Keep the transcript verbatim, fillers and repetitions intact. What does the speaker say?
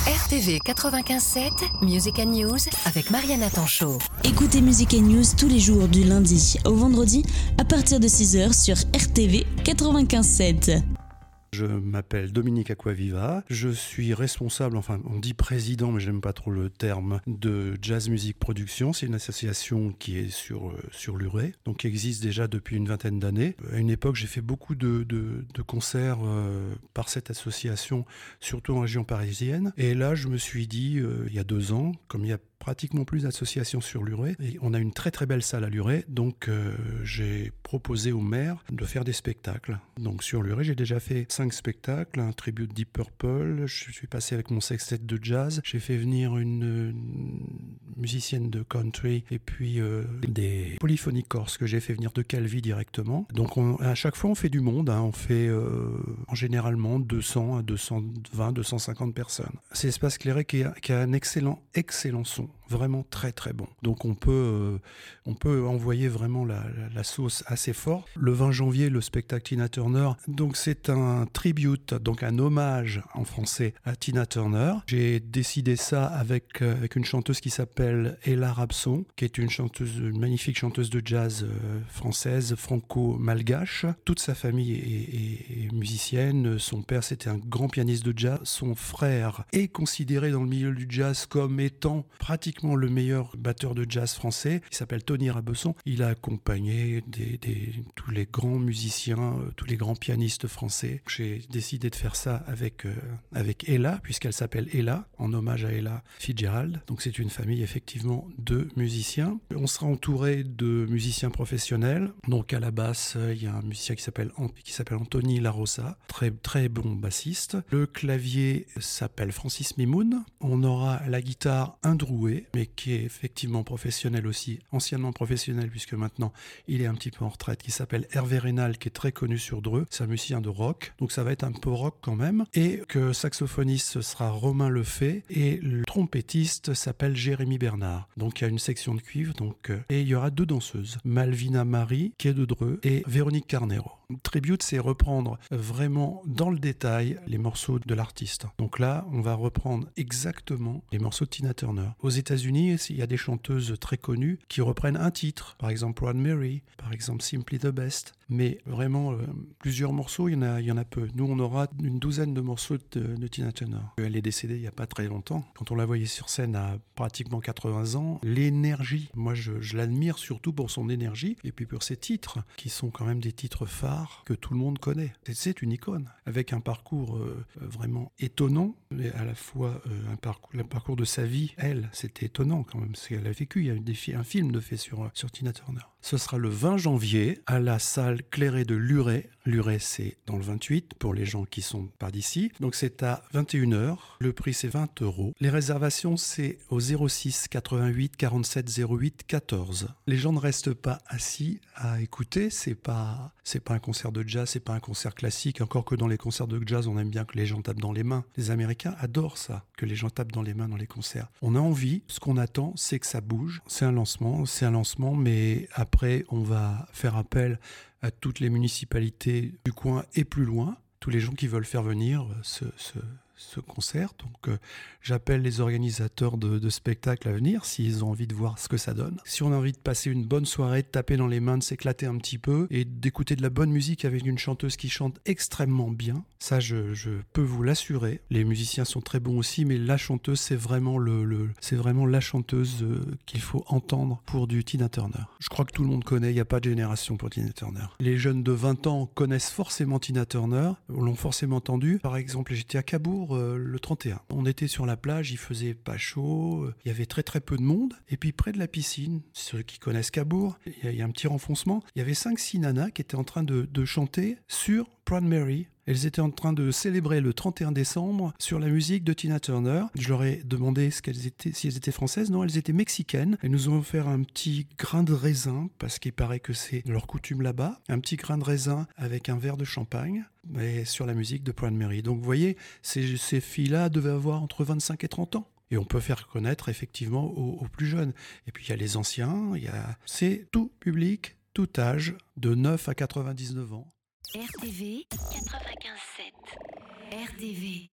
R T V quatre-vingt-quinze sept, Music and News avec Mariana Tanchot. Écoutez Music and News tous les jours du lundi au vendredi à partir de six heures sur R T V quatre-vingt-quinze sept. Je m'appelle Dominique Acquaviva, je suis responsable, enfin on dit président mais j'aime pas trop le terme, de Jazz Music Production. C'est une association qui est sur, euh, sur Luray, donc qui existe déjà depuis une vingtaine d'années. À une époque j'ai fait beaucoup de, de, de concerts euh, par cette association, surtout en région parisienne. Et là je me suis dit, euh, il y a deux ans, comme il y a pratiquement plus d'associations sur Luray, et on a une très très belle salle à Luray, donc euh, j'ai proposé au maire de faire des spectacles. Donc sur Luray j'ai déjà fait cinq spectacles, un tribute Deep Purple, je suis passé avec mon sextet de jazz, j'ai fait venir une, une musicienne de country et puis euh, des polyphonies corses que j'ai fait venir de Calvi directement. Donc on, à chaque fois on fait du monde, hein, on fait euh, en généralement deux cents à deux cent vingt, deux cent cinquante personnes. C'est Espace Clairet qui a, qui a un excellent, excellent son. Vraiment très très bon. Donc on peut, euh, on peut envoyer vraiment la, la, la sauce assez fort. Le vingt janvier, le spectacle Tina Turner. Donc c'est un tribute, donc un hommage en français à Tina Turner. J'ai décidé ça avec, euh, avec une chanteuse qui s'appelle Ella Rabson, qui est une chanteuse, une magnifique chanteuse de jazz euh, française, franco-malgache. Toute sa famille est, est, est musicienne. Son père c'était un grand pianiste de jazz. Son frère est considéré dans le milieu du jazz comme étant pratiquement le meilleur batteur de jazz français. Il s'appelle Tony Rabesson. Il a accompagné des, des, tous les grands musiciens, euh, tous les grands pianistes français. J'ai décidé de faire ça avec, euh, avec Ella, puisqu'elle s'appelle Ella, en hommage à Ella Fitzgerald. Donc c'est une famille effectivement de musiciens. On sera entouré de musiciens professionnels. Donc à la basse, il y a un musicien qui s'appelle, qui s'appelle Anthony Larossa, très, très bon bassiste. Le clavier s'appelle Francis Mimoun. On aura à la guitare un Drouet, mais qui est effectivement professionnel aussi, anciennement professionnel puisque maintenant il est un petit peu en retraite, qui s'appelle Hervé Rénal, qui est très connu sur Dreux, c'est un musicien de rock, donc ça va être un peu rock quand même, et que saxophoniste ce sera Romain Lefay, et le trompettiste s'appelle Jérémy Bernard, donc il y a une section de cuivre, donc, euh, et il y aura deux danseuses, Malvina Marie, qui est de Dreux, et Véronique Carnero. Tribute, c'est reprendre vraiment dans le détail les morceaux de l'artiste. Donc là, on va reprendre exactement les morceaux de Tina Turner. Aux États-Unis, il y a des chanteuses très connues qui reprennent un titre, par exemple Proud Mary, par exemple Simply the Best. Mais vraiment, euh, plusieurs morceaux, il y en a, il y en a peu. Nous, on aura une douzaine de morceaux de, de Tina Turner. Elle est décédée il n'y a pas très longtemps. Quand on la voyait sur scène à pratiquement quatre-vingts ans, l'énergie, moi je, je l'admire surtout pour son énergie et puis pour ses titres, qui sont quand même des titres phares que tout le monde connaît. C'est, c'est une icône, avec un parcours euh, vraiment étonnant, mais à la fois euh, un parcours, le parcours de sa vie, elle, c'était étonnant quand même, ce qu'elle a vécu. Il y a eu des, un film de fait sur, sur Tina Turner. Ce sera le vingt janvier à la salle Clairet de Luray. Luray, c'est dans le vingt-huit pour les gens qui sont pas d'ici. Donc c'est à vingt et une heures. Le prix, c'est vingt euros. Les réservations, c'est au zéro six quatre-vingt-huit quarante-sept zéro huit quatorze. Les gens ne restent pas assis à écouter. C'est pas, c'est pas un concert de jazz, c'est pas un concert classique. Encore que dans les concerts de jazz, on aime bien que les gens tapent dans les mains. Les Américains adorent ça, que les gens tapent dans les mains dans les concerts. On a envie, ce qu'on attend, c'est que ça bouge. C'est un lancement, c'est un lancement, mais après, Après, on va faire appel à toutes les municipalités du coin et plus loin, tous les gens qui veulent faire venir ce, ce, ce concert. Donc, euh, j'appelle les organisateurs de, de spectacles à venir s'ils ont envie de voir ce que ça donne. Si on a envie de passer une bonne soirée, de taper dans les mains, de s'éclater un petit peu et d'écouter de la bonne musique avec une chanteuse qui chante extrêmement bien, ça, je, je peux vous l'assurer. Les musiciens sont très bons aussi, mais la chanteuse, c'est vraiment, le, le, c'est vraiment la chanteuse euh, qu'il faut entendre pour du Tina Turner. Je crois que tout le monde connaît, il n'y a pas de génération pour Tina Turner. Les jeunes de vingt ans connaissent forcément Tina Turner, l'ont forcément entendu. Par exemple, j'étais à Cabourg euh, le trente et un. On était sur la plage, il faisait pas chaud, euh, il y avait très très peu de monde. Et puis près de la piscine, ceux qui connaissent Cabourg, il y, a, il y a un petit renfoncement. Il y avait cinq six nanas qui étaient en train de, de chanter sur Proud Mary. Elles étaient en train de célébrer le trente et un décembre sur la musique de Tina Turner. Je leur ai demandé ce qu'elles étaient, si elles étaient françaises. Non, elles étaient mexicaines. Elles nous ont offert un petit grain de raisin, parce qu'il paraît que c'est leur coutume là-bas. Un petit grain de raisin avec un verre de champagne, mais sur la musique de Proud Mary. Donc vous voyez, ces, ces filles-là devaient avoir entre vingt-cinq et trente ans. Et on peut faire connaître effectivement aux, aux plus jeunes. Et puis il y a les anciens, il y a... c'est tout public, tout âge, de neuf à quatre-vingt-dix-neuf ans. R T V quatre-vingt-quinze sept. R T V